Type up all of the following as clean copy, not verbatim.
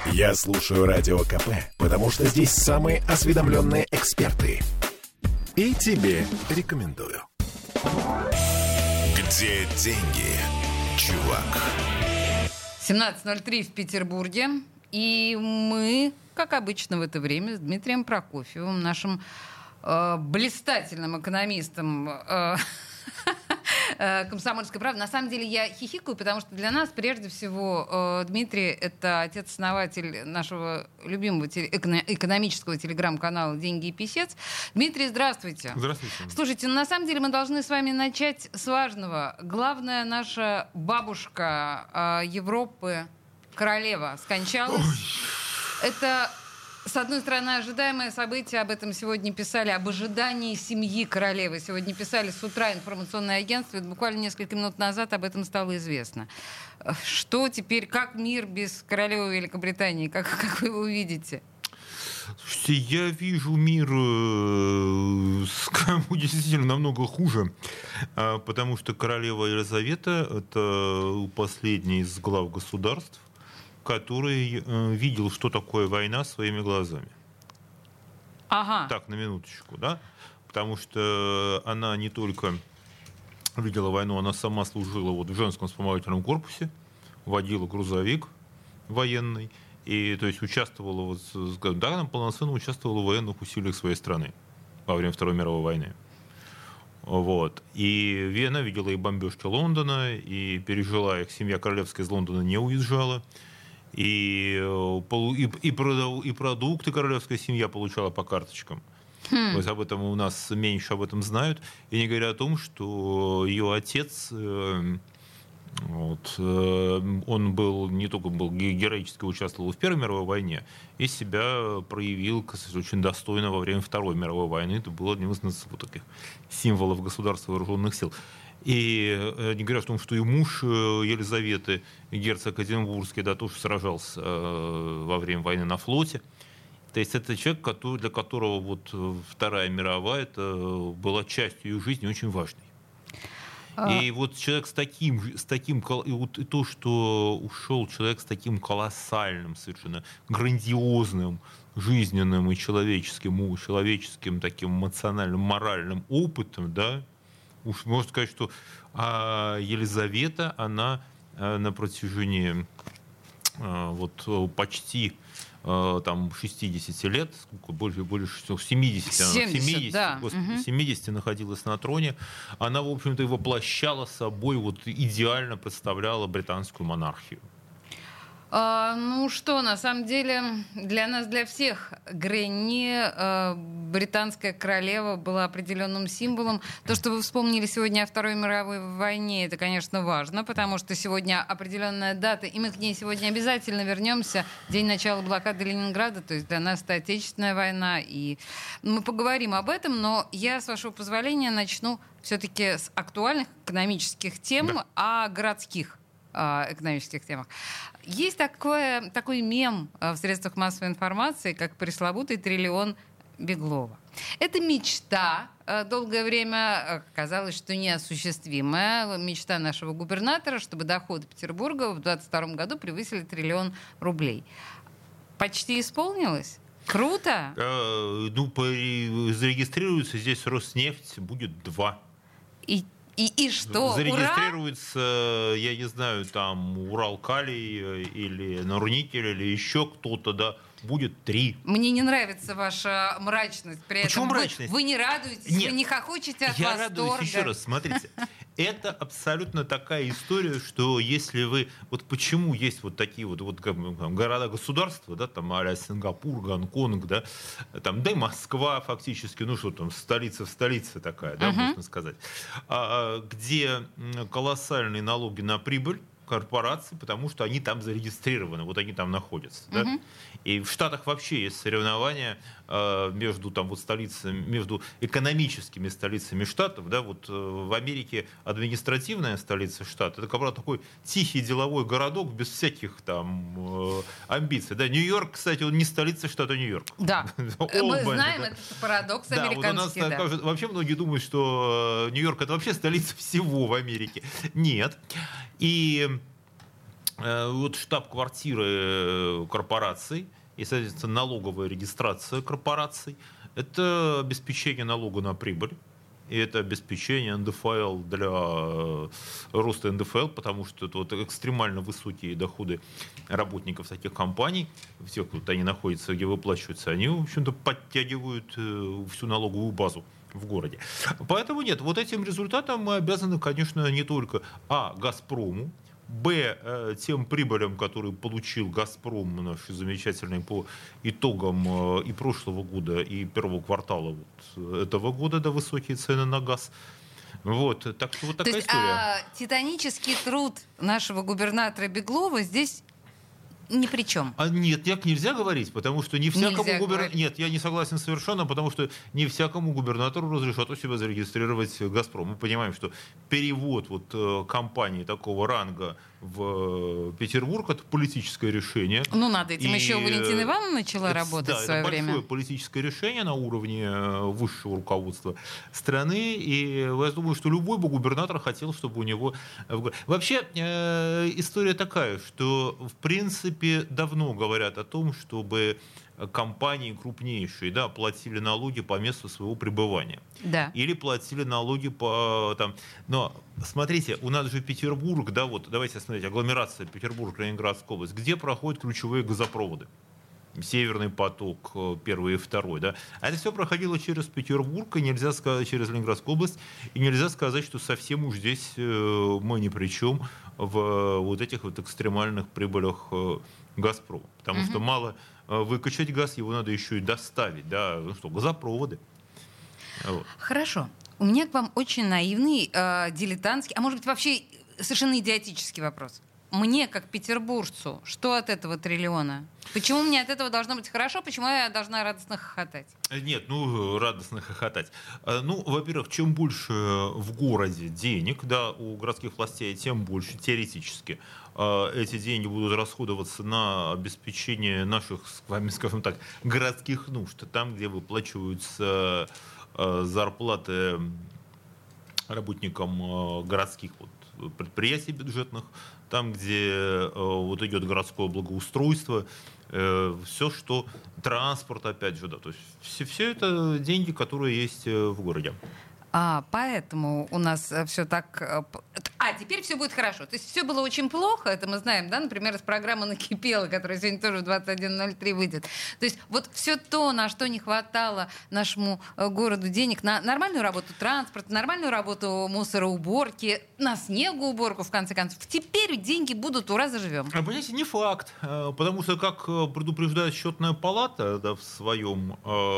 Я слушаю Радио КП, потому что здесь самые осведомленные эксперты. И тебе рекомендую. Где деньги, чувак? 17:03 в Петербурге. И мы, как обычно в это время, с Дмитрием Прокофьевым, нашим блистательным экономистом «Комсомольской правды». На самом деле я хихикаю, потому что для нас, прежде всего, Дмитрий — это отец-основатель нашего любимого экономического телеграм-канала «Деньги и писец». Дмитрий, здравствуйте. Здравствуйте. Слушайте, на самом деле мы должны с вами начать с важного. Главная наша бабушка Европы, королева, скончалась. Это, с одной стороны, ожидаемое событие. Об этом сегодня писали, об ожидании семьи королевы. Сегодня писали с утра информационное агентство. И буквально несколько минут назад об этом стало известно. Что теперь, как мир без королевы Великобритании? Как вы его видите? Слушайте, я вижу мир действительно намного хуже, потому что королева Елизавета — это последний из глав государств, который видел, что такое война, своими глазами. Ага. Так, на минуточку, да? Потому что она не только видела войну, она сама служила в женском вспомогательном корпусе, водила грузовик военный, и то есть участвовала, она полноценно участвовала в военных усилиях своей страны во время Второй мировой войны. Вот. И она видела и бомбежки Лондона, и пережила их. Семья королевская из Лондона не уезжала. И продукты королевская семья получала по карточкам. То есть об этом у нас меньше об этом знают. И не говоря о том, что ее отец, он был не только героически участвовал в Первой мировой войне, и себя проявил очень достойно во время Второй мировой войны. Это был одним из таких символов государства вооруженных сил. И не говоря о том, что и муж Елизаветы, герцог Эдинбургский, тоже сражался во время войны на флоте. То есть это человек, для которого Вторая мировая это была частью ее жизни очень важной. И вот человек с таким, и то, что ушел человек с таким колоссальным, совершенно грандиозным, жизненным и человеческим таким эмоциональным, моральным опытом, да, уж можно сказать, что Елизавета, она на протяжении почти 60 лет, больше 70, 70 находилась на троне, она, в общем-то, и воплощала собой, идеально представляла британскую монархию. На самом деле, для нас, для всех, Грэнни, британская королева, была определенным символом. То, что вы вспомнили сегодня о Второй мировой войне, это, конечно, важно, потому что сегодня определенная дата, и мы к ней сегодня обязательно вернемся, день начала блокады Ленинграда, то есть для нас это Отечественная война, и мы поговорим об этом, но я, с вашего позволения, начну все-таки с актуальных экономических тем, о городских экономических темах. Есть такой мем в средствах массовой информации, как пресловутый триллион Беглова. Это мечта, долгое время казалось, что неосуществимая. Мечта нашего губернатора, чтобы доходы Петербурга в 2022 году превысили 1 триллион рублей. Почти исполнилось? Круто! Зарегистрируется здесь Роснефть, будет 2. И что? Зарегистрируется, я не знаю, там Уралкалий или Норникель или еще кто-то, да, будет 3. Мне не нравится ваша мрачность. Почему мрачность? Вы не радуетесь, вы не хохочете от восторга. Я радуюсь, еще раз, смотрите. Это абсолютно такая история, что если вы... Почему есть такие города-государства, да, там а-ля Сингапур, Гонконг, да, да и Москва фактически, столица в столице такая, да, можно сказать, где колоссальные налоги на прибыль корпораций, потому что они там зарегистрированы, они там находятся. Да? И в Штатах вообще есть соревнования между столицами, между экономическими столицами штатов. Да? В Америке административная столица штата — это, как правило, такой тихий деловой городок без всяких там амбиций. Да? Нью-Йорк, кстати, он не столица штата Нью-Йорк. Да, мы знаем, это парадокс американский. Вообще многие думают, что Нью-Йорк — это вообще столица всего в Америке. Нет. И вот штаб-квартиры корпораций и, соответственно, налоговая регистрация корпораций. Это обеспечение налога на прибыль. И это обеспечение НДФЛ для роста НДФЛ, потому что это вот экстремально высокие доходы работников таких компаний, всех, кто они находятся, где выплачиваются, они, в общем-то, подтягивают всю налоговую базу в городе. Поэтому нет, вот этим результатом мы обязаны, конечно, не только «Газпрому», тем прибылям, которые получил «Газпром» наш замечательный по итогам и прошлого года, и первого квартала вот этого года, да, высокие цены на газ. Вот, так что вот такая история. Титанический труд нашего губернатора Беглова здесь ни при чем. Нет, так нельзя говорить, потому что не всякому губернатору... Нет, я не согласен совершенно, потому что не всякому губернатору разрешат у себя зарегистрировать «Газпром». Мы понимаем, что перевод вот компании такого ранга в Петербург — это политическое решение. Ну, над этим еще Валентина Ивановна начала работать в свое время. Это большое политическое решение на уровне высшего руководства страны. И я думаю, что любой бы губернатор хотел, чтобы у него... Вообще, история такая, что, в принципе, давно говорят о том, чтобы компании крупнейшие, да, платили налоги по месту своего пребывания. Да. Или платили налоги по... Но, смотрите, у нас же Петербург, да, вот, давайте смотреть, агломерация Петербург, Ленинградская область, где проходят ключевые газопроводы? Северный поток, первый и второй, да. А это все проходило через Петербург, и нельзя сказать, через Ленинградскую область, и нельзя сказать, что совсем уж здесь мы ни при чем в вот этих вот экстремальных прибылях «Газпрома». Потому что мало выкачать газ, его надо еще и доставить, да, ну что, газопроводы. Вот. Хорошо. У меня к вам очень наивный, дилетантский, а может быть вообще совершенно идиотический вопрос. Мне, как петербуржцу, что от этого триллиона? Почему мне от этого должно быть хорошо? Почему я должна радостно хохотать? Нет, радостно хохотать. Ну, во-первых, чем больше в городе денег, да, у городских властей, тем больше теоретически эти деньги будут расходоваться на обеспечение наших, с вами, скажем так, городских нужд. Там, где выплачиваются зарплаты работникам городских предприятий бюджетных, там, где вот идет городское благоустройство, все, что транспорт, опять же, да, то есть все это деньги, которые есть в городе. Поэтому у нас все так... теперь все будет хорошо. То есть все было очень плохо, это мы знаем, да, например, из программы «Накипело», которая сегодня тоже в 21:03 выйдет. То есть вот все то, на что не хватало нашему городу денег, на нормальную работу транспорта, нормальную работу мусороуборки, на снегоуборку, в конце концов, теперь деньги будут, ура, заживем. Понимаете, не факт, потому что, как предупреждает счетная палата, да, в своем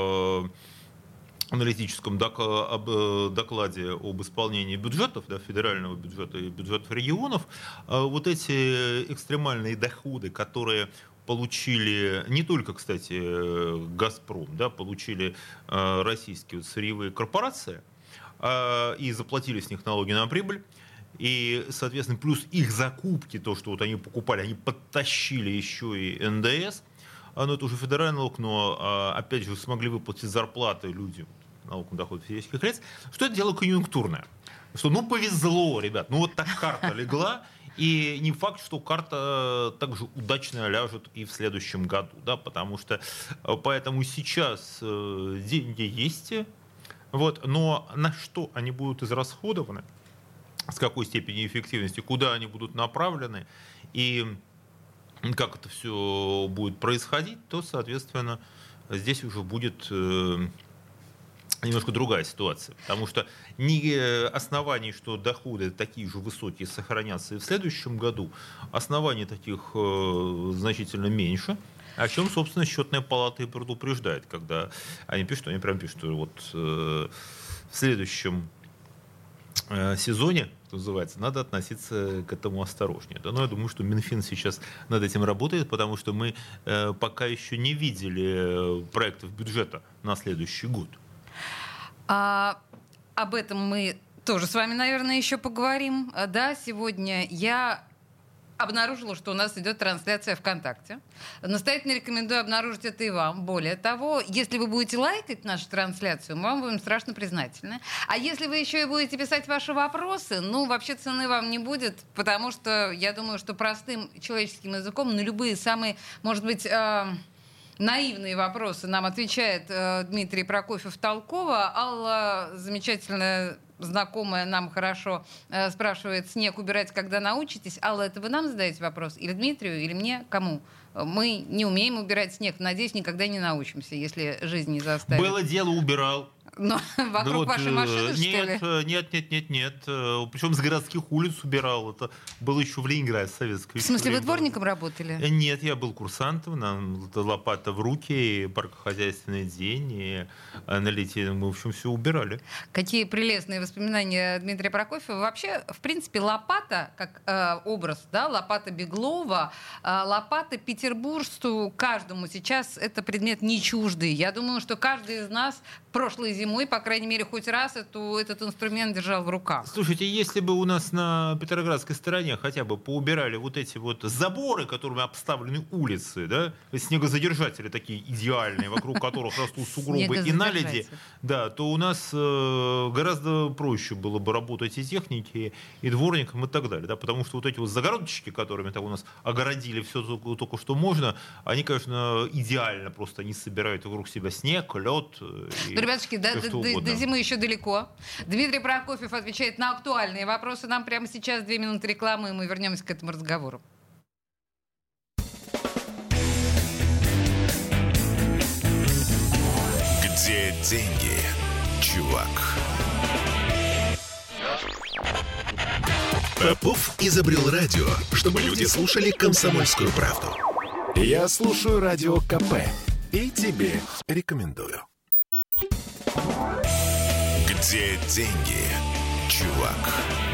аналитическом докладе об исполнении бюджетов, да, федерального бюджета и бюджетов регионов, вот эти экстремальные доходы, которые получили не только, кстати, «Газпром», да, получили российские сырьевые корпорации и заплатили с них налоги на прибыль. И, соответственно, плюс их закупки, то, что вот они покупали, они подтащили еще и НДС. Это уже федеральный налог, но, опять же, смогли выплатить зарплаты людям, налог на доход физических лиц, что это дело конъюнктурное. Что, повезло, ребят, вот так карта легла, и не факт, что карта так же удачно ляжет и в следующем году, да, потому что, поэтому сейчас деньги есть, но на что они будут израсходованы, с какой степенью эффективности, куда они будут направлены, и как это все будет происходить, то, соответственно, здесь уже будет немножко другая ситуация. Потому что оснований, что доходы такие же высокие сохранятся и в следующем году, оснований таких значительно меньше. О чем, собственно, счетная палата и предупреждает, когда они пишут, что в следующем сезоне, что называется, надо относиться к этому осторожнее. Но я думаю, что Минфин сейчас над этим работает, потому что мы пока еще не видели проектов бюджета на следующий год. Об этом мы тоже с вами, наверное, еще поговорим. Да, сегодня я обнаружила, что у нас идет трансляция ВКонтакте. Настоятельно рекомендую обнаружить это и вам. Более того, если вы будете лайкать нашу трансляцию, мы вам будем страшно признательны. А если вы еще и будете писать ваши вопросы, вообще цены вам не будет, потому что я думаю, что простым человеческим языком на любые самые, может быть, наивные вопросы нам отвечает Дмитрий Прокофьев-Толкова. Алла, замечательная, знакомая нам хорошо, спрашивает: снег убирать когда научитесь? Алла, это вы нам задаете вопрос? Или Дмитрию, или мне? Кому? Мы не умеем убирать снег. Надеюсь, никогда не научимся, если жизнь не заставит. Было дело, убирал. Но вокруг вашей машины, что ли? Нет. Причем с городских улиц убирал. Это было еще в Ленинграде, советское. В смысле, вы дворником работали? Нет, я был курсантом. Нам лопата в руки, паркохозяйственный день. И на лете мы, в общем, все убирали. Какие прелестные воспоминания Дмитрия Прокофьева. Вообще, в принципе, лопата, как образ, да, лопата Беглова, лопата петербуржцу, каждому сейчас это предмет не чуждый. Я думаю, что каждый из нас прошлой зимой, по крайней мере, хоть раз этот инструмент держал в руках. Слушайте, если бы у нас на Петроградской стороне хотя бы поубирали вот эти вот заборы, которыми обставлены улицы, да, снегозадержатели такие идеальные, вокруг которых растут сугробы и наледи, да, то у нас гораздо проще было бы работать и технике, и дворникам, и так далее, да, потому что вот эти вот загородочки, которыми так у нас огородили все только что можно, они, конечно, идеально просто, они собирают вокруг себя снег, лед. Ребятушки, до зимы еще далеко. Дмитрий Прокофьев отвечает на актуальные вопросы. Нам прямо сейчас 2 минуты рекламы, и мы вернемся к этому разговору. Где деньги, чувак? Попов изобрел радио, чтобы люди слушали «Комсомольскую правду». Я слушаю радио КП и тебе рекомендую. Где деньги, чувак?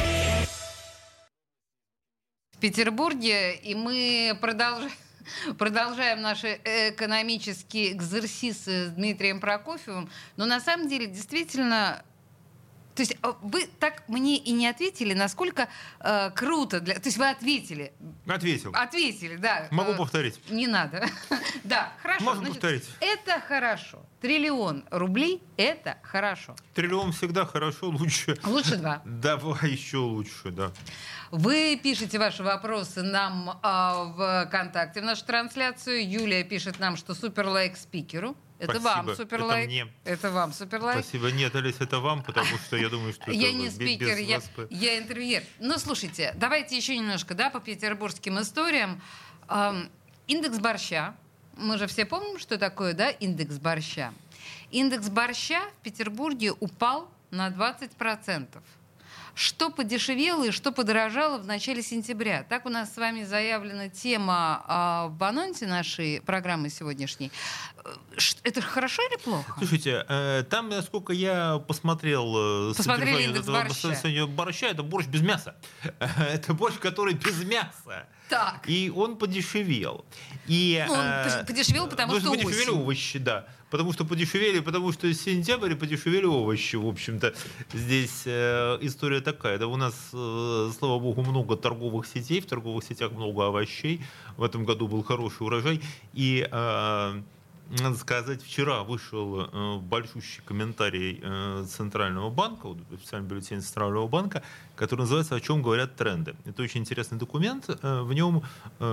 В Петербурге, и мы продолжаем наши экономические экзерсисы с Дмитрием Прокофьевым. Но на самом деле, действительно, то есть вы так мне и не ответили, насколько круто. То есть вы ответили. Ответили, да. Могу повторить. Не надо. Да, хорошо. Можно повторить. Это хорошо. 1 000 000 рублей — это хорошо. 1 000 000 всегда хорошо, лучше. Лучше 2. Давай еще лучше, да. Вы пишете ваши вопросы нам в ВКонтакте, в нашу трансляцию. Юлия пишет нам, что суперлайк спикеру. Это Спасибо. вам суперлайк. Это мне. Это вам суперлайк. Спасибо. Нет, Олесь, это вам, потому что я думаю, что я это не спикер, я интервьюер. Ну, слушайте, давайте еще немножко, да, по петербургским историям. Индекс борща. Мы же все помним, что такое, да, индекс борща. Индекс борща в Петербурге упал на 20%. Что подешевело и что подорожало в начале сентября. Так у нас с вами заявлена тема в анонсе нашей программы сегодняшней. Это хорошо или плохо? Слушайте, там, насколько я посмотрел Посмотрели индекс борща, это борщ без мяса. Это борщ, который без мяса. Так. И он подешевел. И, он подешевел, потому что подешевели овощи, да. Потому что сентябрь подешевели овощи, в общем-то. Здесь история такая. Да, у нас, слава богу, много торговых сетей, в торговых сетях много овощей. В этом году был хороший урожай. И, надо сказать, вчера вышел большущий комментарий Центрального банка, официальный бюллетень Центрального банка, который называется «О чем говорят тренды». Это очень интересный документ. В нем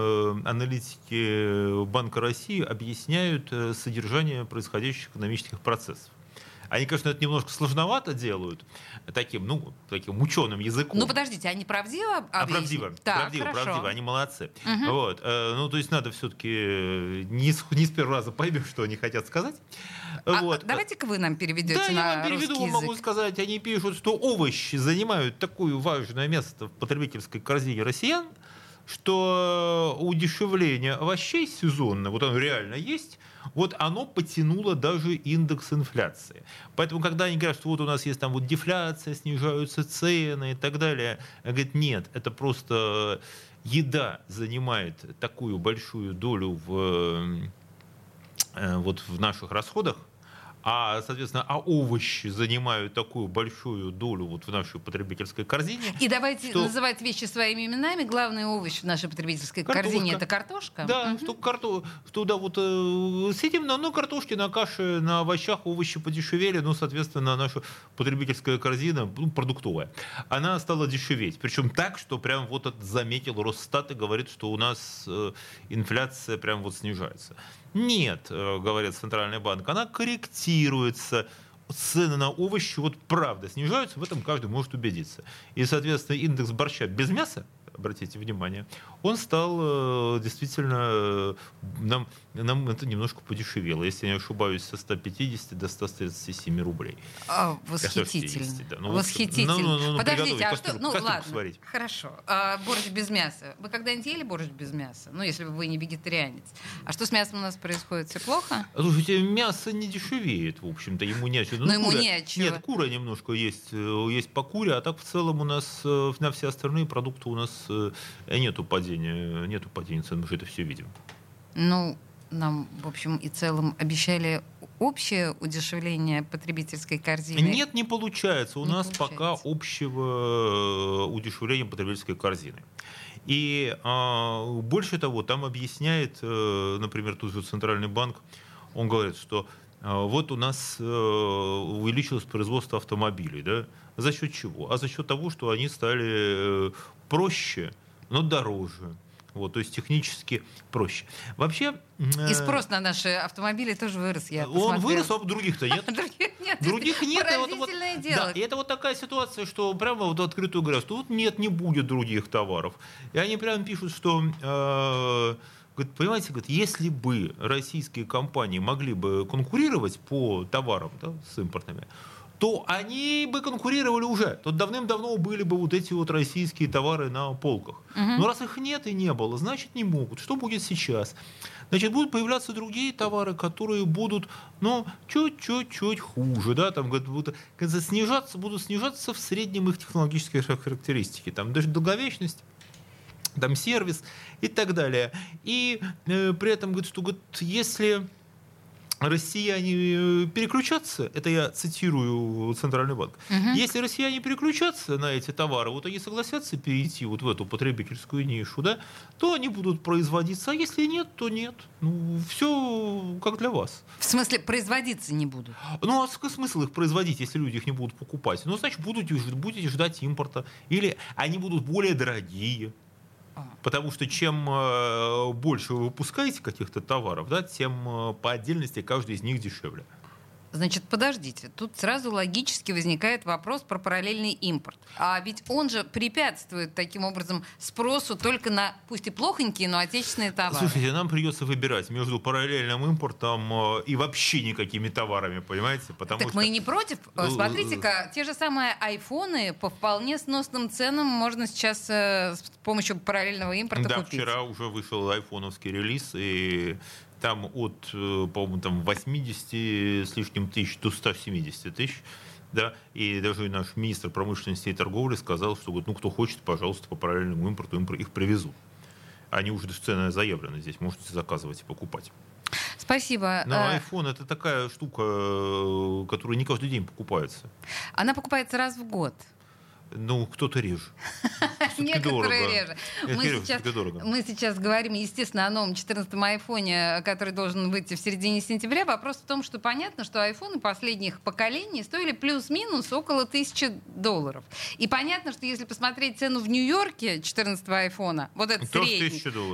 аналитики Банка России объясняют содержание происходящих экономических процессов. Они, конечно, это немножко сложновато делают, таким ученым языком. Ну, подождите, они правдиво объясняют? Правдиво, они молодцы. Угу. Вот. То есть надо все-таки не с первого раза поймешь, что они хотят сказать. Вот. Давайте-ка вы нам переведете на русский язык. Да, я вам переведу, могу сказать. Они пишут, что овощи занимают такое важное место в потребительской корзине россиян, что удешевление овощей сезонно, вот оно реально есть, вот оно потянуло даже индекс инфляции. Поэтому, когда они говорят, что вот у нас есть там вот дефляция, снижаются цены и так далее, говорят, нет, это просто еда занимает такую большую долю в наших расходах, соответственно, овощи занимают такую большую долю вот в нашей потребительской корзине. И давайте называть вещи своими именами. Главный овощ в нашей потребительской корзине — это картошка. Да, сидим на картошке, на каше, на овощах, овощи подешевели, соответственно, наша потребительская корзина, продуктовая, она стала дешеветь. Причем так, что прям вот это заметил Росстат и говорит, что у нас инфляция прям вот снижается. Нет, говорит Центральный банк, она корректируется. Цены на овощи вот правда снижаются, в этом каждый может убедиться. И, соответственно, индекс борща без мяса, обратите внимание, он стал действительно, нам это немножко подешевело, если я не ошибаюсь, со 150 до 137 рублей. Восхитительно. Да. Восхитительно. Подождите, ладно, сварить. Хорошо. Борщ без мяса. Вы когда-нибудь ели борщ без мяса? Если вы не вегетарианец. А что с мясом у нас происходит? Все плохо? Слушайте, мясо не дешевеет, в общем-то, ему не от чего. Ему не от чего. Нет, кура немножко есть по куре, а так в целом у нас на все остальные продукты у нас нету падения цен, мы же это все видим. Нам, в общем и целом, обещали общее удешевление потребительской корзины. Нет, не получается. У нас пока общего удешевления потребительской корзины. И больше того, там объясняет, например, тот же Центральный банк, он говорит, что вот у нас увеличилось производство автомобилей. Да? За счет чего? А за счет того, что они стали проще, но дороже. То есть технически проще. Вообще... И спрос на наши автомобили тоже вырос, я посмотрела. Он вырос, а других-то нет. Других нет. Поразительное дело. И это вот такая ситуация, что прямо вот открытую говорят, что вот нет, не будет других товаров. И они прямо пишут, что... Понимаете, если бы российские компании могли бы конкурировать по товарам, да, с импортными, то они бы конкурировали уже. То давным-давно были бы вот эти вот российские товары на полках. Но раз их нет и не было, значит не могут. Что будет сейчас? Значит, будут появляться другие товары, которые будут, чуть-чуть хуже. Да? Там, будут снижаться в среднем их технологические характеристики. Там даже долговечность, там сервис и так далее. И при этом говорит, что если россияне переключатся, это я цитирую Центральный банк, если россияне переключатся на эти товары, вот они согласятся перейти вот в эту потребительскую нишу, да, то они будут производиться, а если нет, то нет. Все как для вас. В смысле, производиться не будут? А смысл их производить, если люди их не будут покупать? Значит, будете ждать импорта, или они будут более дорогие. Потому что чем больше вы выпускаете каких-то товаров, да, тем по отдельности каждый из них дешевле. Значит, подождите, тут сразу логически возникает вопрос про параллельный импорт. А ведь он же препятствует таким образом спросу только на, пусть и плохонькие, но отечественные товары. Слушайте, нам придется выбирать между параллельным импортом и вообще никакими товарами, понимаете? Мы и не против. Смотрите-ка, те же самые айфоны по вполне сносным ценам можно сейчас с помощью параллельного импорта купить. Да, вчера уже вышел айфоновский релиз, и там от, по-моему, 80 с лишним тысяч до 170 тысяч. Да, и даже наш министр промышленности и торговли сказал, что кто хочет, пожалуйста, по параллельному импорту их привезут. Они уже цены заявлены здесь, можете заказывать и покупать. Спасибо. Но iPhone — это такая штука, которая не каждый день покупается. Она покупается раз в год. Кто-то реже. Некоторые реже. Мы сейчас говорим, естественно, о новом 14-м айфоне, который должен выйти в середине сентября. Вопрос в том, что понятно, что айфоны последних поколений стоили плюс-минус около $1000. И понятно, что если посмотреть цену в Нью-Йорке 14-го айфона, вот это средний,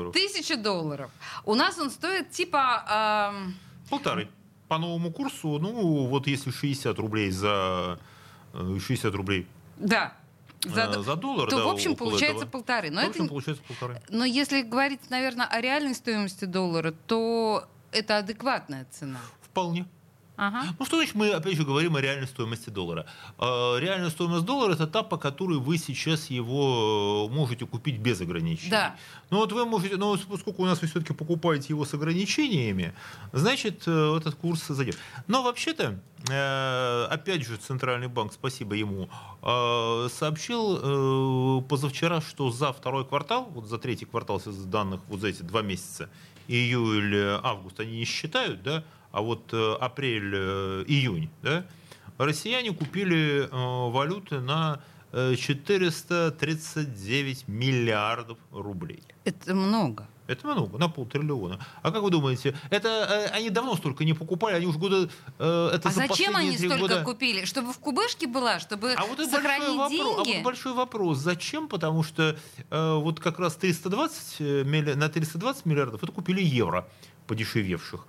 $1000. У нас он стоит типа... $1,5. По новому курсу, если 60 рублей за 60 рублей. Да. За доллар, то, в общем, получается $1,5. Но если говорить, наверное, о реальной стоимости доллара, то это адекватная цена. Вполне. Ага. Что значит мы, опять же, говорим о реальной стоимости доллара? Реальная стоимость доллара — это та, по которой вы сейчас его можете купить без ограничений. Да. Вы можете, поскольку у нас вы все-таки покупаете его с ограничениями, значит, этот курс зайдет. Но вообще-то, опять же, Центральный банк, спасибо ему, сообщил позавчера, что за второй квартал, за третий квартал данных, за эти 2 месяца, июль-август, они не считают, да, а вот апрель-июнь, да, россияне купили валюты на 439 миллиардов рублей. Это много. Это много, на 500 миллиона. А как вы думаете, это они давно столько не покупали, они уже года... это за зачем они столько года... купили? Чтобы в кубышке была, чтобы вот сохранить деньги? А вот большой вопрос, зачем? Потому что вот как раз на 320 миллиардов это купили евро подешевевших.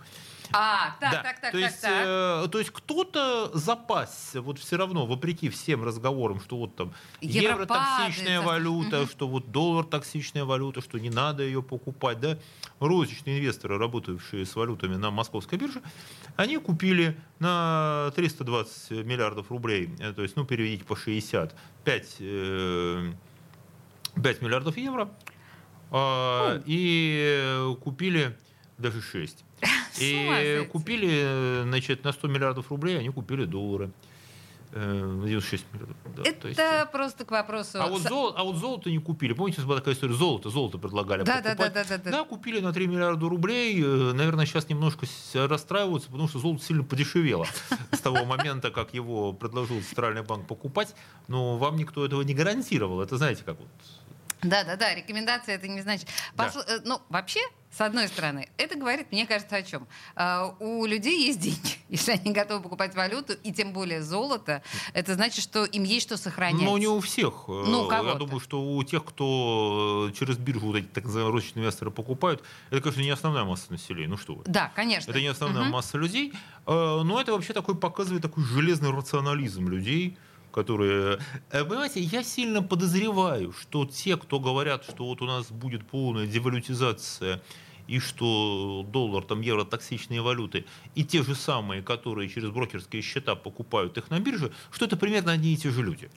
То есть кто-то запасся, вот все равно, вопреки всем разговорам, что вот там евро токсичная валюта, что вот доллар токсичная валюта, что не надо ее покупать, да, розничные инвесторы, работающие с валютами на московской бирже, они купили на 320 миллиардов рублей, то есть, переведите по 60, 5 миллиардов евро, и купили даже 6. И купили, значит, на 100 миллиардов рублей, они купили доллары. 96 миллиардов. Да, это просто к вопросу. А вот золото не купили. Помните, была такая история, золото предлагали покупать. Да, купили на 3 миллиарда рублей. Наверное, сейчас немножко расстраиваются, потому что золото сильно подешевело с того момента, как его предложил Центральный банк покупать. Но вам никто этого не гарантировал. Это знаете, как вот... Да, рекомендация это не значит. Вообще, с одной стороны, это говорит, мне кажется, о чем? У людей есть деньги. Если они готовы покупать валюту, и тем более золото, это значит, что им есть что сохранять. Но не у всех. Я думаю, что у тех, кто через биржу вот эти так называемые розничные инвесторы покупают, это, конечно, не основная масса населения. Ну что вы. Да, конечно. Это не основная масса людей. Но это вообще показывает такой железный рационализм людей, которые... Понимаете, я сильно подозреваю, что те, кто говорят, что вот у нас будет полная девалютизация и что доллар, там, евро, токсичные валюты, и те же самые, которые через брокерские счета покупают их на бирже, что это примерно одни и те же люди.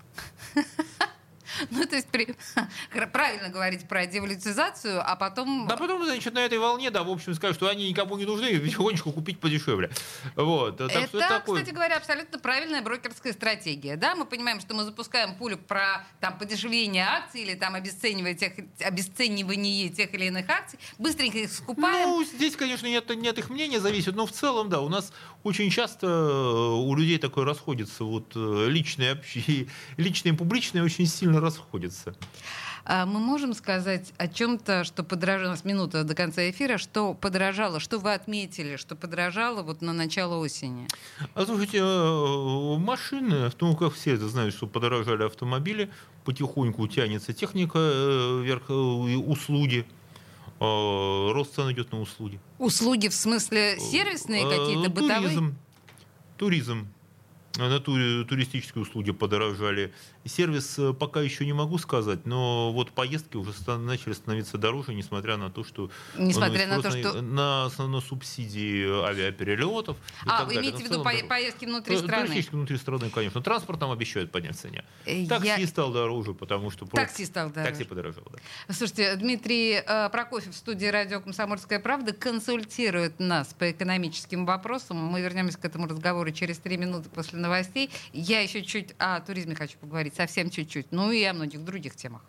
То есть правильно говорить про девалютизацию, а потом... Да, потом, значит, на этой волне, в общем, скажут, что они никому не нужны, и потихонечку купить подешевле. Вот. Это, кстати говоря, абсолютно правильная брокерская стратегия. Да, мы понимаем, что мы запускаем пулю про подешевление акций или обесценивание тех или иных акций, быстренько их скупаем. Здесь, конечно, нет их мнения, зависит, но в целом, да, у нас очень часто у людей такое расходится, личное и публичное очень сильно расходятся. Мы можем сказать о чем-то, что подорожало, у нас минута до конца эфира, что подорожало, что вы отметили, что подорожало на начало осени? Слушайте, машины, как все это знают, что подорожали автомобили, потихоньку тянется техника вверх, услуги. Рост цен идет на услуги. Услуги в смысле сервисные какие-то, бытовые? Туризм. На туристические услуги подорожали. Сервис пока еще не могу сказать, но поездки уже начали становиться дороже, несмотря на то, что на субсидии авиаперелетов. Вы имеете в виду поездки внутри страны? Туристические внутри страны, конечно. Транспорт нам обещают поднять в цене. Такси стал дороже, потому что... Такси подорожало, да. Слушайте, Дмитрий Прокофьев в студии радио «Комсомольская правда» консультирует нас по экономическим вопросам. Мы вернемся к этому разговору через 3 минуты после новостей. Я еще чуть о туризме хочу поговорить, совсем чуть-чуть, и о многих других темах.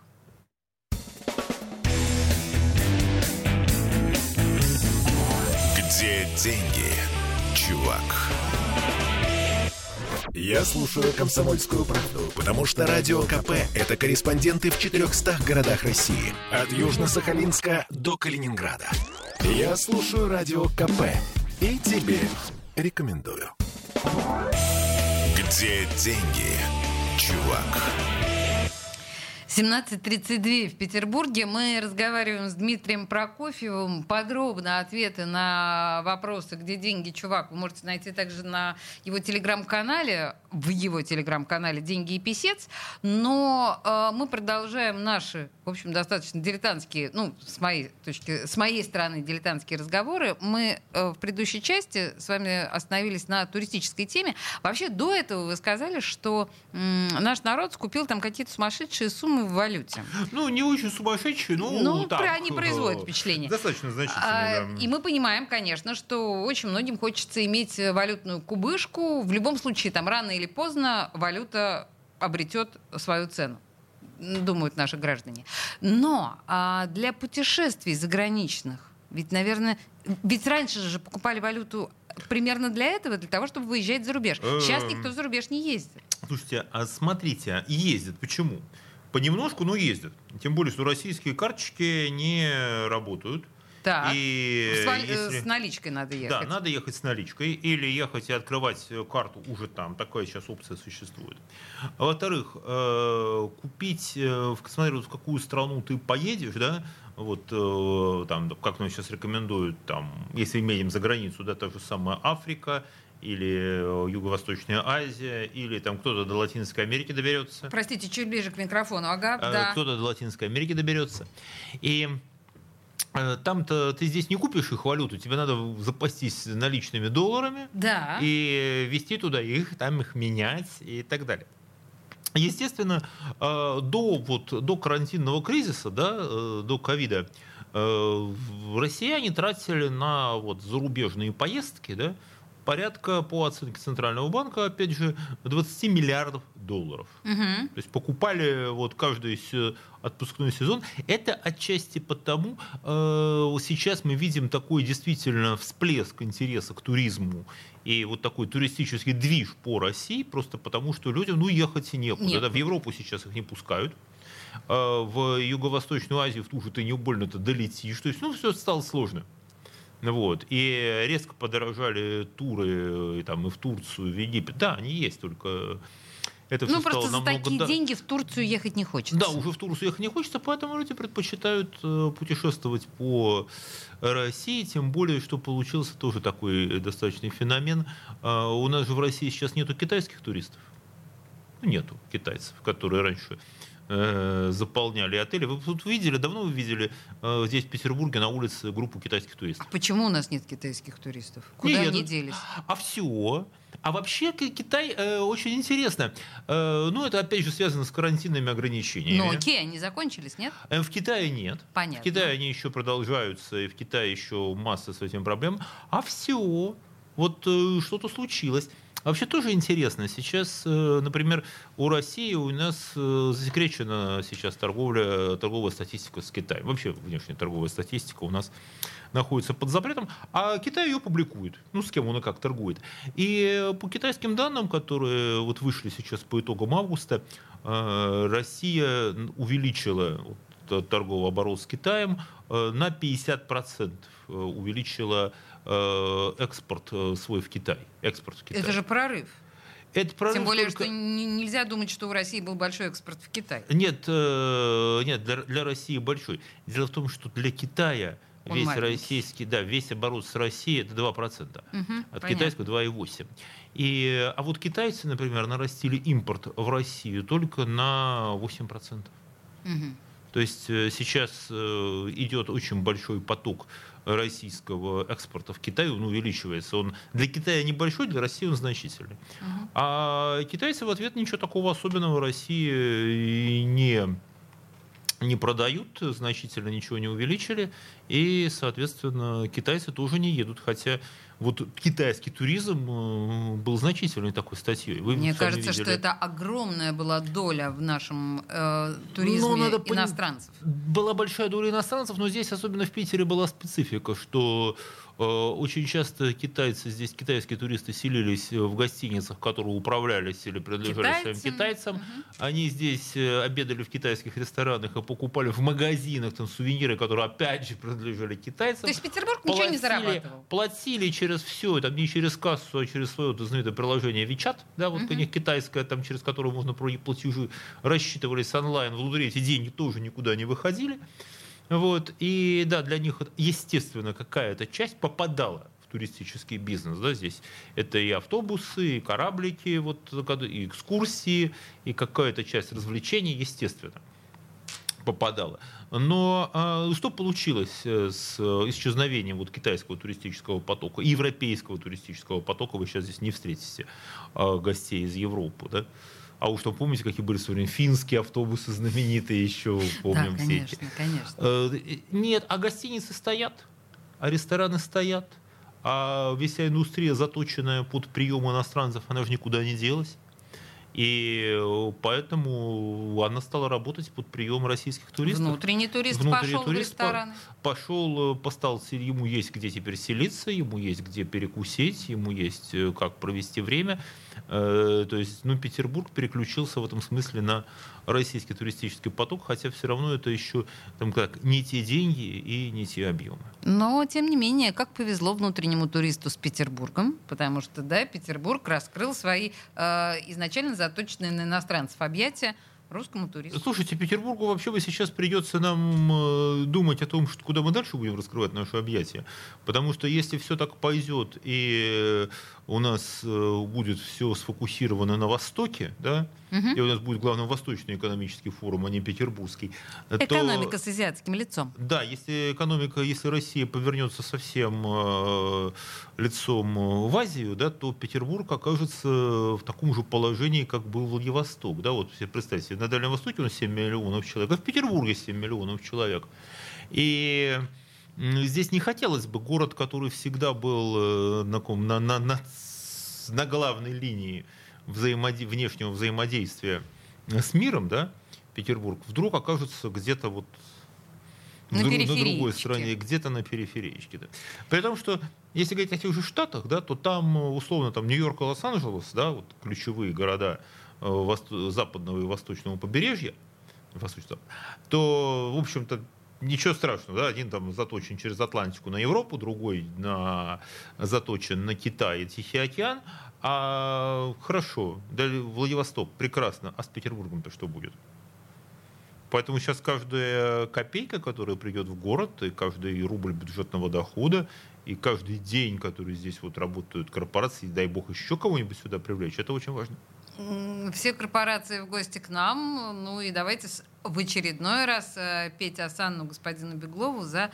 Где деньги, чувак? Я слушаю «Комсомольскую правду», потому что Радио КП — это корреспонденты в 400 городах России. От Южно-Сахалинска до Калининграда. Я слушаю Радио КП и тебе рекомендую. Где деньги, чувак? 17:32 в Петербурге. Мы разговариваем с Дмитрием Прокофьевым. Подробно ответы на вопросы «Где деньги, чувак?» вы можете найти также на его телеграм-канале, в его телеграм-канале «Деньги и писец». Но мы продолжаем наши, в общем, достаточно дилетантские, с моей стороны, дилетантские разговоры. Мы в предыдущей части с вами остановились на туристической теме. Вообще, до этого вы сказали, что наш народ скупил там какие-то сумасшедшие суммы в валюте. Не очень сумасшедшие, они производят впечатление. Достаточно значительные, да. И мы понимаем, конечно, что очень многим хочется иметь валютную кубышку. В любом случае, рано или поздно валюта обретет свою цену, думают наши граждане. Но для путешествий заграничных Ведь, наверное, ведь раньше же покупали валюту примерно для этого, для того, чтобы выезжать за рубеж. Сейчас никто за рубеж не ездит. Слушайте, а смотрите, ездят. Почему? Понемножку, но ездят. Тем более, что российские карточки не работают. Так, И с наличкой надо ехать. Да, надо ехать с наличкой или ехать и открывать карту уже там. Такая сейчас опция существует. А во-вторых, купить, смотри, вот в какую страну ты поедешь, да, вот там, как нам сейчас рекомендуют, там, если мы едем за границу, да, та же самая Африка, или Юго-Восточная Азия, или там кто-то до Латинской Америки доберется. Простите, чуть ближе к микрофону. Ага, да. Кто-то до Латинской Америки доберется. И там-то ты здесь не купишь их валюту, тебе надо запастись наличными долларами и везти туда их, там их менять и так далее. Естественно, до карантинного кризиса, да, до ковида, россияне тратили на зарубежные поездки, да, порядка, по оценке Центрального банка, опять же, 20 миллиардов долларов. Угу. То есть покупали каждый отпускной сезон. Это отчасти потому, сейчас мы видим такой действительно всплеск интереса к туризму и вот такой туристический движ по России, просто потому что людям ехать и некуда. Да, в Европу сейчас их не пускают. В Юго-Восточную Азию в ту же ты не больно-то долетишь. То есть, все стало сложно. Вот. И резко подорожали туры и в Турцию, в Египет. Да, они есть, только это все стало просто намного... за такие деньги в Турцию ехать не хочется. Да, уже в Турцию ехать не хочется, поэтому люди предпочитают путешествовать по России, тем более, что получился тоже такой достаточный феномен. У нас же в России сейчас нету китайских туристов. Нету китайцев, которые раньше заполняли отели. Вы тут видели, давно вы видели здесь, в Петербурге, на улице группу китайских туристов? А почему у нас нет китайских туристов? Куда они делись? А вообще Китай очень интересно. Это опять же связано с карантинными ограничениями. Ну окей, они закончились, нет? В Китае нет. Понятно. В Китае они еще продолжаются, и в Китае еще масса с этим проблем. А все, что-то случилось. Вообще тоже интересно. Сейчас, например, у России у нас засекречена сейчас торговая статистика с Китаем. Вообще внешняя торговая статистика у нас находится под запретом, а Китай ее публикует. С кем он и как торгует. И по китайским данным, которые вышли сейчас по итогам августа, Россия увеличила торговый оборот с Китаем на 50%. Увеличила экспорт свой в Китай. Это же прорыв. Это прорыв. Тем более, что нельзя думать, что у России был большой экспорт в Китай. Нет, для России большой. Дело в том, что для Китая весь оборот с Россией это 2%, от китайского 2,8%. А китайцы, например, нарастили импорт в Россию только на 8%. То есть сейчас идет очень большой поток российского экспорта в Китай, он увеличивается. Он для Китая небольшой, для России он значительный. А китайцы в ответ ничего такого особенного России не продают, значительно ничего не увеличили, и, соответственно, китайцы тоже не едут, хотя китайский туризм был значительной такой статьей. Мне кажется, что это огромная была доля в нашем туризме иностранцев. Была большая доля иностранцев, но здесь, особенно в Питере, была специфика, что очень часто китайские туристы селились в гостиницах, которые управлялись или принадлежали своим китайцам. Они здесь обедали в китайских ресторанах и покупали в магазинах сувениры, которые опять же принадлежали китайцам. То есть Петербург ничего не зарабатывал? Платили через все, не через кассу, а через свое знаменитое приложение WeChat, у них китайское, через которое можно платежи рассчитывались онлайн, внутри эти деньги тоже никуда не выходили. И для них, естественно, какая-то часть попадала в туристический бизнес. Да, здесь это и автобусы, и кораблики, и экскурсии, и какая-то часть развлечений, естественно, попадала. Но что получилось с исчезновением китайского туристического потока, европейского туристического потока? Вы сейчас здесь не встретите гостей из Европы, да? А уж там помните, какие были сегодня финские автобусы знаменитые еще, помним все эти. Конечно. Нет, а гостиницы стоят, а рестораны стоят, а вся индустрия, заточенная под прием иностранцев, она же никуда не делась. И поэтому она стала работать под прием российских туристов. Внутренний турист пошел в рестораны. Пошел, ему есть где теперь селиться, ему есть где перекусить, ему есть как провести время. То есть, Петербург переключился в этом смысле на российский туристический поток, хотя все равно это еще не те деньги и не те объемы. Но, тем не менее, как повезло внутреннему туристу с Петербургом, потому что, Петербург раскрыл свои изначально заточенные на иностранцев объятия русскому туристу. Слушайте, Петербургу вообще сейчас придется нам думать о том, куда мы дальше будем раскрывать наши объятия. Потому что если все так пойдет, и у нас будет все сфокусировано на Востоке, и у нас будет главным Восточный экономический форум, а не Петербургский. Экономика с азиатским лицом. Да, если Россия повернется совсем лицом в Азию, то Петербург окажется в таком же положении, как был Владивосток. Вот все представьте, на Дальнем Востоке у нас 7 миллионов человек, а в Петербурге 7 миллионов человек. И здесь не хотелось бы город, который всегда был на главной линии внешнего взаимодействия с миром, Петербург, вдруг окажется где-то на другой стороне, где-то на периферичке. При том, что если говорить о тех же Штатах, то там, условно, Нью-Йорк и Лос-Анджелес, ключевые города западного и восточного побережья, то, в общем-то, ничего страшного. Один заточен через Атлантику на Европу, другой заточен на Китай и Тихий океан. А хорошо, Владивосток прекрасно, а с Петербургом-то что будет? Поэтому сейчас каждая копейка, которая придет в город, и каждый рубль бюджетного дохода, и каждый день, который здесь работают корпорации, дай бог еще кого-нибудь сюда привлечь, это очень важно. Все корпорации в гости к нам. И давайте в очередной раз петь осанну господину Беглову за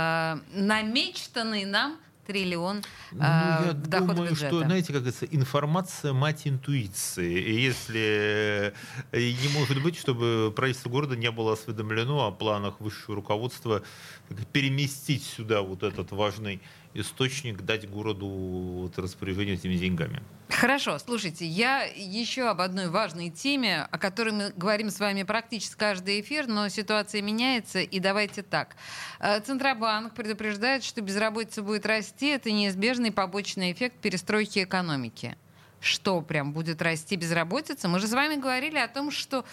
намечтанный нам триллион я дохода думаю, бюджета. Что, знаете, как говорится, информация мать интуиции. И если не может быть, чтобы правительство города не было осведомлено о планах высшего руководства переместить сюда этот важный источник, дать городу распоряжение этими деньгами. Хорошо, слушайте, я еще об одной важной теме, о которой мы говорим с вами практически каждый эфир, но ситуация меняется, и давайте так. Центробанк предупреждает, что безработица будет расти, это неизбежный побочный эффект перестройки экономики. Что, прям будет расти безработица? Мы же с вами говорили о том, что,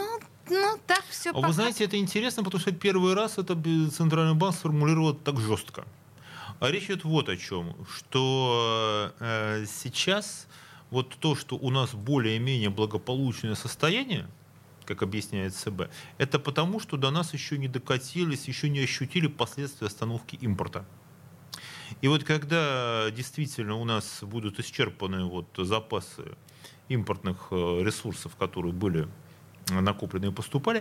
так все пока. Вы знаете, это интересно, потому что первый раз это Центральный банк сформулировал так жестко. А речь идет о чем, что сейчас то, что у нас более-менее благополучное состояние, как объясняет ЦБ, это потому, что до нас еще не докатились, еще не ощутили последствия остановки импорта. И когда действительно у нас будут исчерпаны запасы импортных ресурсов, которые были накопленные поступали,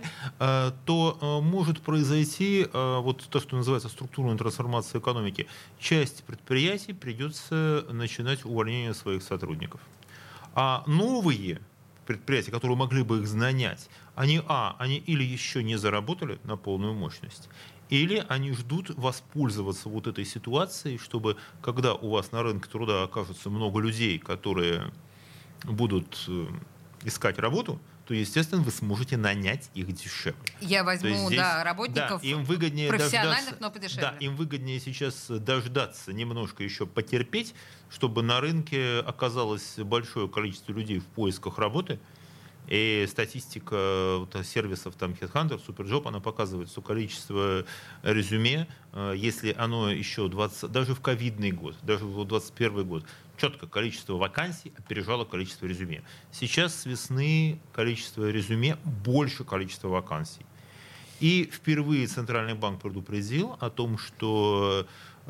то может произойти то, что называется структурная трансформация экономики. Часть предприятий придется начинать увольнение своих сотрудников. А новые предприятия, которые могли бы их нанять, они или еще не заработали на полную мощность, или они ждут воспользоваться этой ситуацией, чтобы, когда у вас на рынке труда окажется много людей, которые будут искать работу, то, естественно, вы сможете нанять их дешевле. Я возьму, работников им выгоднее профессиональных, но подешевле. Да, им выгоднее сейчас дождаться, немножко еще потерпеть, чтобы на рынке оказалось большое количество людей в поисках работы. И статистика сервисов HeadHunter, Superjob, она показывает, что количество резюме, если оно еще даже в ковидный год, даже в 2021 год, четко количество вакансий опережало количество резюме. Сейчас с весны количество резюме больше количества вакансий. И впервые Центральный банк предупредил о том, что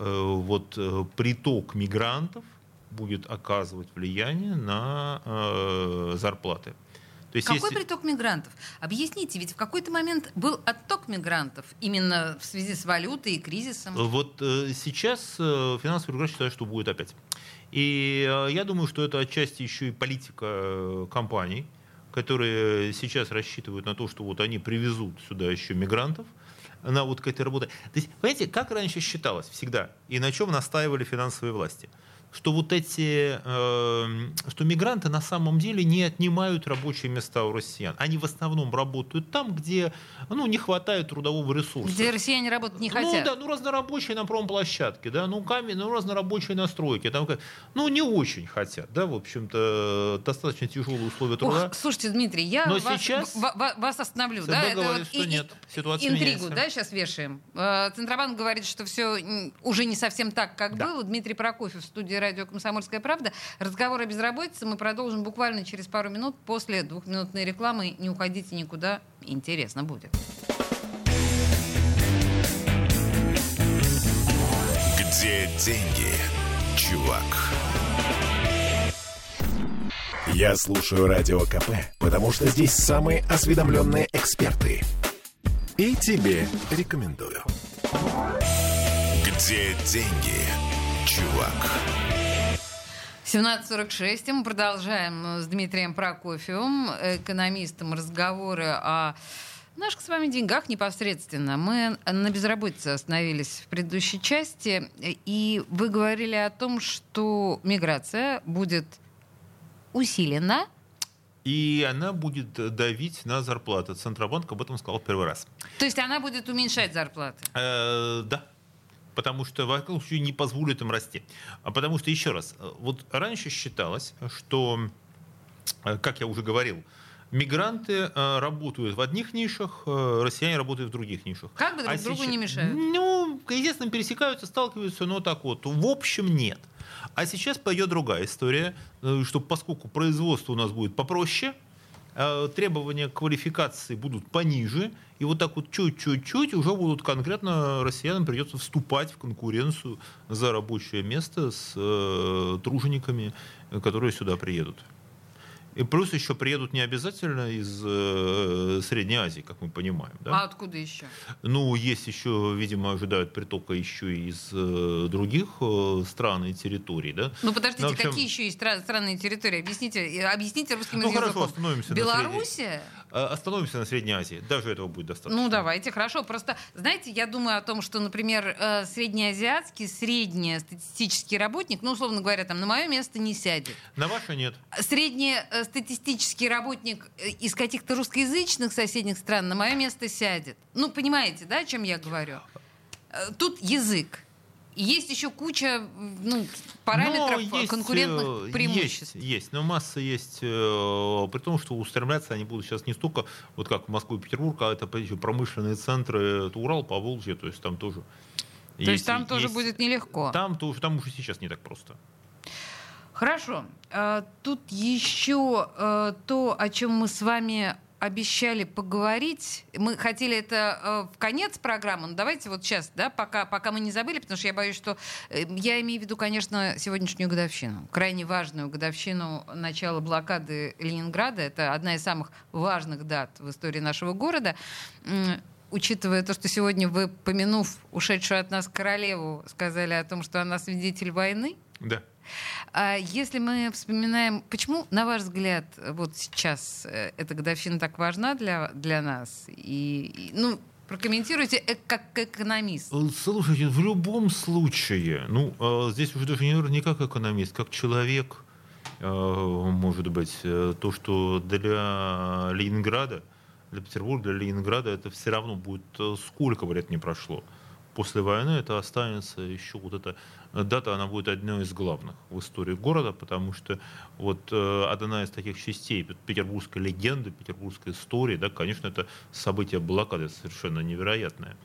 приток мигрантов будет оказывать влияние на зарплаты. То есть Какой приток мигрантов? Объясните, ведь в какой-то момент был отток мигрантов именно в связи с валютой и кризисом. Сейчас финансовый регулятор считает, что будет опять. И я думаю, что это отчасти еще и политика компаний, которые сейчас рассчитывают на то, что они привезут сюда еще мигрантов на к этой работе. То есть, понимаете, как раньше считалось всегда, и на чем настаивали финансовые власти? что вот эти, что мигранты на самом деле не отнимают рабочие места у россиян. Они в основном работают там, где не хватает трудового ресурса. Где россияне работать не хотят. Разнорабочие на промплощадке, разнорабочие на стройке. Там, не очень хотят, в общем-то, достаточно тяжелые условия труда. Слушайте, Дмитрий, я вас остановлю. Говорит, что нет, ситуация интригу, меняется. Сейчас вешаем. Центробанк говорит, что все уже не совсем так, как было. Дмитрий Прокофьев в студии радио «Комсомольская правда». Разговор о безработице мы продолжим буквально через пару минут после 2-минутной рекламы. Не уходите никуда, интересно будет. Где деньги, чувак? Я слушаю Радио КП, потому что здесь самые осведомленные эксперты. И тебе рекомендую. Где деньги, чувак? 17:46. Мы продолжаем с Дмитрием Прокофьевым, экономистом, разговоры о наших с вами деньгах непосредственно. Мы на безработице остановились в предыдущей части, и вы говорили о том, что миграция будет усилена. И она будет давить на зарплаты. Центробанк об этом сказал первый раз. То есть она будет уменьшать зарплаты? Да. Потому что в этом случае не позволит им расти. Потому что, еще раз, вот раньше считалось, что, как я уже говорил, мигранты работают в одних нишах, россияне работают в других нишах. Как бы друг другу не мешают? Естественно, пересекаются, сталкиваются, но так вот. В общем, нет. А сейчас пойдет другая история, что поскольку производство у нас будет попроще, требования к квалификации будут пониже, и вот так вот чуть-чуть уже будут конкретно россиянам придется вступать в конкуренцию за рабочее место с тружениками, которые сюда приедут. И плюс еще приедут не обязательно из Средней Азии, как мы понимаем. Да? А откуда еще? Есть еще, видимо, ожидают притока еще из других стран и территорий. Да? Подождите, какие еще есть страны и территории? Объясните русским языком. Хорошо, остановимся Белоруссия? Остановимся на Средней Азии. Даже этого будет достаточно. Давайте, хорошо. Просто, знаете, я думаю о том, что, например, среднеазиатский, среднестатистический работник, условно говоря, на мое место не сядет. На ваше нет. Среднестатистический работник из каких-то русскоязычных соседних стран на мое место сядет. Понимаете, да, о чем я говорю? Тут язык. И есть еще куча параметров конкурентных преимуществ. Есть, но масса есть. При том, что устремляться они будут сейчас не столько, вот как в Москву и Петербург, а это промышленные центры, это Урал, Поволжье, то есть там тоже. То есть там тоже будет нелегко. Там уже сейчас не так просто. Хорошо. Тут еще то, о чем мы с вами обещали поговорить. Мы хотели это в конец программы, но давайте вот сейчас, пока мы не забыли, потому что я боюсь, что я имею в виду, конечно, сегодняшнюю годовщину, крайне важную годовщину начала блокады Ленинграда. Это одна из самых важных дат в истории нашего города. Учитывая то, что сегодня вы, помянув ушедшую от нас королеву, сказали о том, что она свидетель войны. Да. Если мы вспоминаем, почему, на ваш взгляд, вот сейчас эта годовщина так важна для нас? Прокомментируйте как экономист. Слушайте, в любом случае, здесь уже даже не как экономист, как человек, может быть, то, что для Ленинграда, для Петербурга, для Ленинграда это все равно будет, сколько бы лет не прошло. После войны это останется еще эта дата, она будет одной из главных в истории города, потому что одна из таких частей петербургской легенды, петербургской истории, конечно, это событие блокады совершенно невероятное.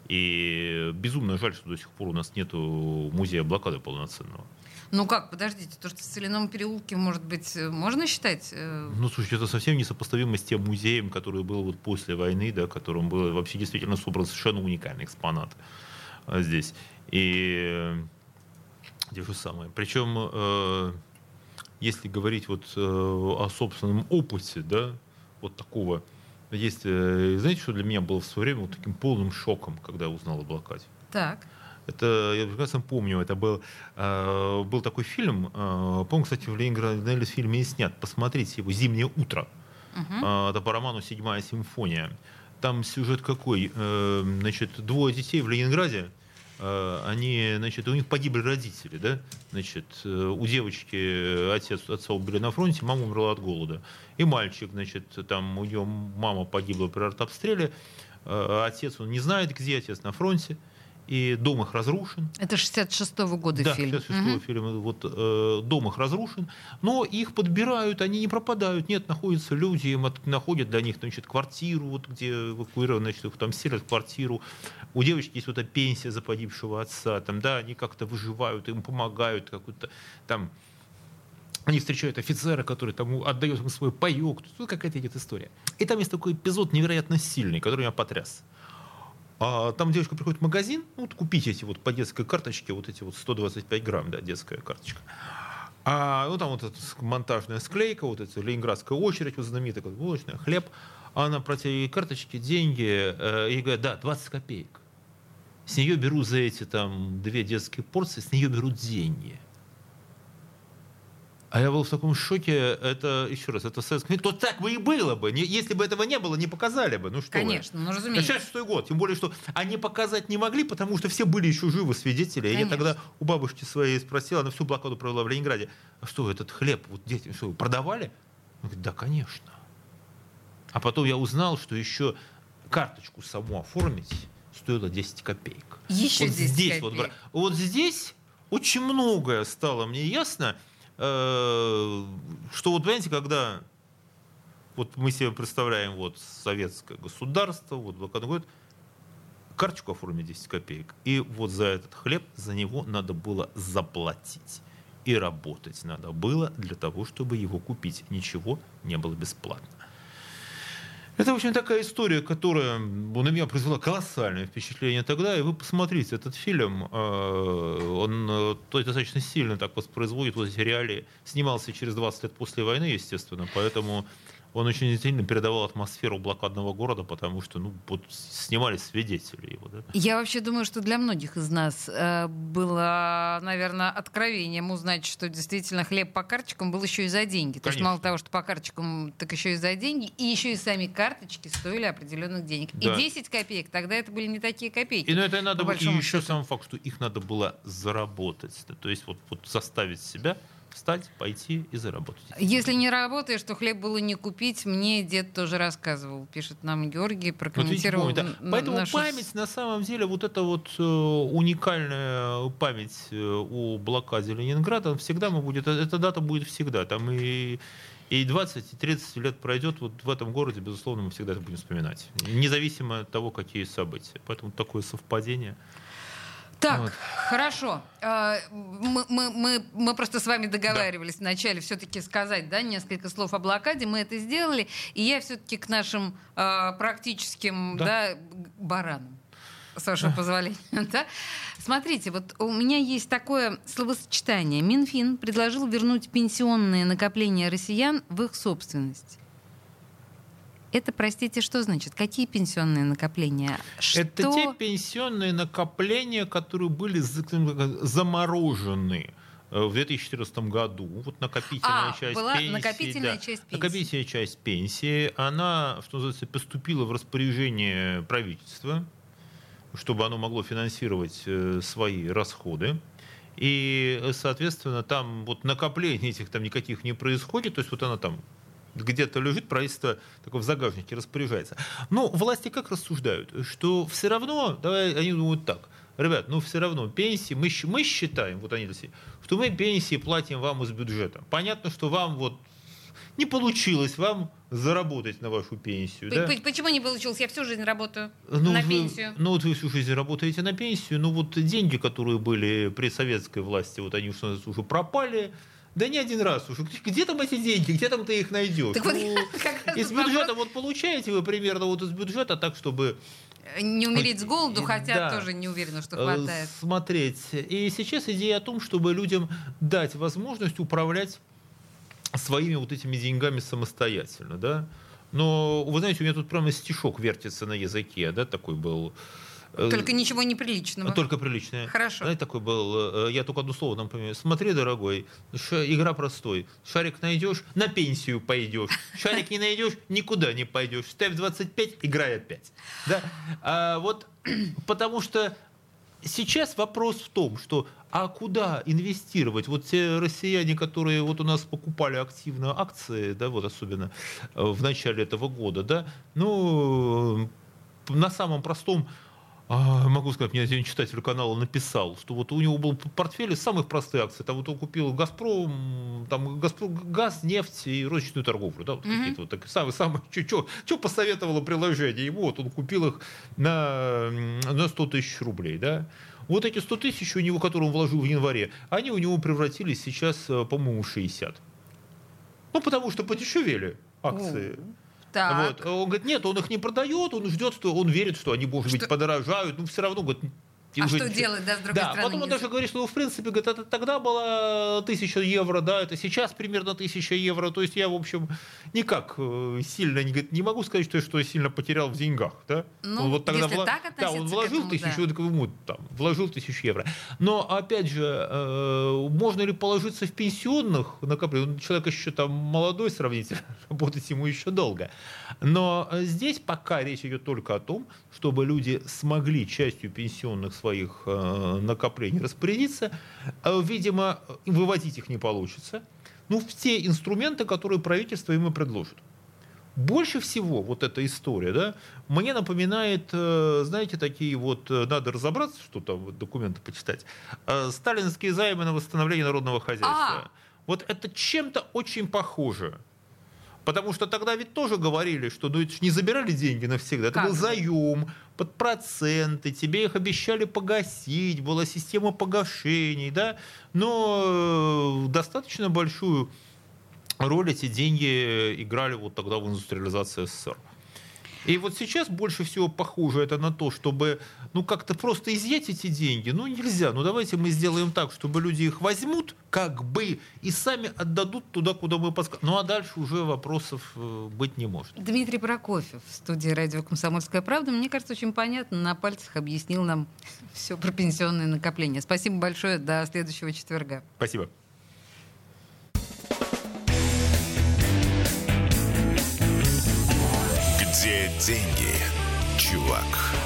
И безумно жаль, что до сих пор у нас нет музея блокады полноценного. Подождите, то, что в Соляном переулке, может быть, можно считать? Слушайте, это совсем несопоставимо с тем музеем, который был после войны, которым был вообще действительно собран совершенно уникальный экспонат здесь. И те же самые. Причем, если говорить о собственном опыте, такого, есть, знаете, что для меня было в свое время таким полным шоком, когда я узнал о блокаде? Так. Это, я прекрасно помню, это был такой фильм, по-моему, кстати, в Ленинграде фильме и снят, посмотрите его «Зимнее утро». Это по роману «Седьмая симфония». Там сюжет какой? Двое детей в Ленинграде, они, значит, у них погибли родители, да, значит, у девочки отца убили на фронте, мама умерла от голода. И мальчик, значит, там у него мама погибла при артобстреле, отец, он не знает, где отец, на фронте. И дом их разрушен. Это 66-го года фильм. Да, 66-го фильм. Вот, дом их разрушен, но их подбирают, они не пропадают. Нет, находятся люди, им находят для них, значит, квартиру, вот, где эвакуированы, значит, их там селят в квартиру. У девочки есть вот эта пенсия за погибшего отца. Там, да, они как-то выживают, им помогают, какой-то там... Они встречают офицера, который там отдает им свой паёк. Тут какая-то идет история. И там есть такой эпизод невероятно сильный, который меня потряс. А там девушка приходит в магазин, ну, вот купить эти вот по детской карточке, вот эти вот 125 грамм, да, детская карточка. Ну, там вот эта монтажная склейка, вот эта ленинградская очередь, вот знаменитая, как булочная, хлеб. А она протягивает карточки, деньги, и говорит, да, 20 копеек. С нее берут за эти там 2 детские порции, с нее берут деньги. А я был в таком шоке, это, еще раз, это советский... То так бы и было бы. Если бы этого не было, не показали бы. Ну что Конечно, ну разумеется. 66-й год. Тем более, что они показать не могли, потому что все были еще живы свидетели. Конечно. Я тогда у бабушки своей спросил, она всю блокаду провела в Ленинграде. А что, этот хлеб вот детям что, продавали? Она говорит, да, конечно. А потом я узнал, что еще карточку саму оформить стоило 10 копеек. Еще вот 10 здесь копеек. Вот здесь очень многое стало мне ясно, что вот, понимаете, когда вот мы себе представляем вот советское государство, вот блокадный год, карточку оформить 10 копеек, и вот за этот хлеб, за него надо было заплатить. И работать надо было для того, чтобы его купить. Ничего не было бесплатно. Это, в общем, такая история, которая на меня произвела колоссальное впечатление тогда. И вы посмотрите этот фильм, он достаточно сильно так воспроизводит вот эти реалии. Снимался через 20 лет после войны, естественно, поэтому он очень сильно передавал атмосферу блокадного города, потому что вот, снимали свидетели его. Да? Я вообще думаю, что для многих из нас было, наверное, откровением узнать, что действительно хлеб по карточкам был еще и за деньги. То есть мало того, что по карточкам, так еще и за деньги, и еще и сами карточки стоили определенных денег. Да. И 10 копеек, тогда это были не такие копейки. И, это надо было, и еще сам факт, что их надо было заработать. Да? То есть вот заставить себя встать, пойти и заработать. Если не работаешь, то хлеб было не купить. Мне дед тоже рассказывал, пишет нам Георгий, прокомментировал. Вот видите, да. Поэтому память, на самом деле, вот эта вот уникальная память о блокаде Ленинграда, всегда будет, эта дата будет всегда. Там и 20, и 30 лет пройдет, вот в этом городе, безусловно, мы всегда это будем вспоминать. Независимо от того, какие события. Поэтому такое совпадение. Так, вот. Хорошо. Мы просто с вами договаривались вначале все-таки сказать, да, несколько слов о блокаде. Мы это сделали. И я все-таки к нашим практическим баранам, с вашего позволения. Да? Смотрите, вот у меня есть такое словосочетание. Минфин предложил вернуть пенсионные накопления россиян в их собственность. Это, простите, что значит? Какие пенсионные накопления? Это те пенсионные накопления, которые были заморожены в 2014 году. Вот накопительная часть пенсии. Накопительная часть пенсии. Накопительная часть пенсии. Она, что называется, поступила в распоряжение правительства, чтобы оно могло финансировать свои расходы. И, соответственно, там вот накоплений этих там никаких не происходит. То есть вот она там где-то лежит, правительство такое в загашнике распоряжается. Но власти как рассуждают? Что все равно, они думают так, ребят, все равно пенсии, мы считаем, вот они, что мы пенсии платим вам из бюджета. Понятно, что вам вот не получилось вам заработать на вашу пенсию. Да? Почему не получилось? Я всю жизнь работаю на пенсию. Вот вы всю жизнь работаете на пенсию, вот деньги, которые были при советской власти, вот они уже пропали. Да не один раз уже. Где там эти деньги? Где там ты их найдешь? Из бюджета вот получаете вы примерно вот из бюджета так, чтобы не умереть с голоду, хотя тоже не уверена, что хватает. Смотреть. И сейчас идея о том, чтобы людям дать возможность управлять своими вот этими деньгами самостоятельно, да. Но вы знаете, у меня тут прямо стишок вертится на языке, да, такой был. Только ничего неприличного. Только приличное. Хорошо. Знаете, такой был, я только одно слово нам помню. Смотри, дорогой, игра простой. Шарик найдешь, на пенсию пойдешь. Шарик не найдешь, никуда не пойдешь. Ставь 25, играй опять. Да? Вот потому что сейчас вопрос в том, что а куда инвестировать? Вот те россияне, которые вот у нас покупали активно акции, да, вот особенно в начале этого года, да, ну, на самом простом, могу сказать, мне один читатель канала написал, что вот у него был портфель из самых простых акций. Там вот он купил Газпром, газ, нефть и розничную торговлю. Да, вот какие-то вот такие самые, что посоветовало приложение ему, вот он купил их на 100 тысяч рублей. Да. Вот эти 100 тысяч у него, которые он вложил в январе, они у него превратились сейчас, по-моему, в 60. Ну, потому что подешевели акции. Вот. Он говорит, нет, он их не продает, он ждет, что он верит, что они, может быть, подорожают, но все равно, говорит, что делать, да, с другой стороны? Потом он даже говорит, что, в принципе, говорит, это тогда было 1000 евро, да, это сейчас примерно 1000 евро, то есть я, в общем, никак сильно не могу сказать, что я сильно потерял в деньгах, да. Ну, он вот тогда если так относиться да, он вложил к этому, 1000, ему там, вложил 1000 евро. Но, опять же, можно ли положиться в пенсионных накоплениях? Человек еще там молодой сравнительно, работать ему еще долго. Но здесь пока речь идет только о том, чтобы люди смогли частью пенсионных своих накоплений распорядиться. Видимо, выводить их не получится. Ну, в те инструменты, которые правительство им и предложит. Больше всего вот эта история, да, мне напоминает, знаете, такие вот, надо разобраться, что там, вот, документы почитать, сталинские займы на восстановление народного хозяйства. Вот это чем-то очень похоже. Потому что тогда ведь тоже говорили, что ну, это не забирали деньги навсегда. Это был заем под проценты, тебе их обещали погасить, была система погашений, да? Но достаточно большую роль эти деньги играли вот тогда в индустриализации СССР. И вот сейчас больше всего похоже это на то, чтобы ну, как-то просто изъять эти деньги. Ну, нельзя. Ну, давайте мы сделаем так, чтобы люди их возьмут, как бы, и сами отдадут туда, куда мы подскажем. Ну, а дальше уже вопросов быть не может. Дмитрий Прокофьев в студии радио «Комсомольская правда». Мне кажется, очень понятно, на пальцах объяснил нам все про пенсионные накопления. Спасибо большое. До следующего четверга. Спасибо. Где деньги, чувак?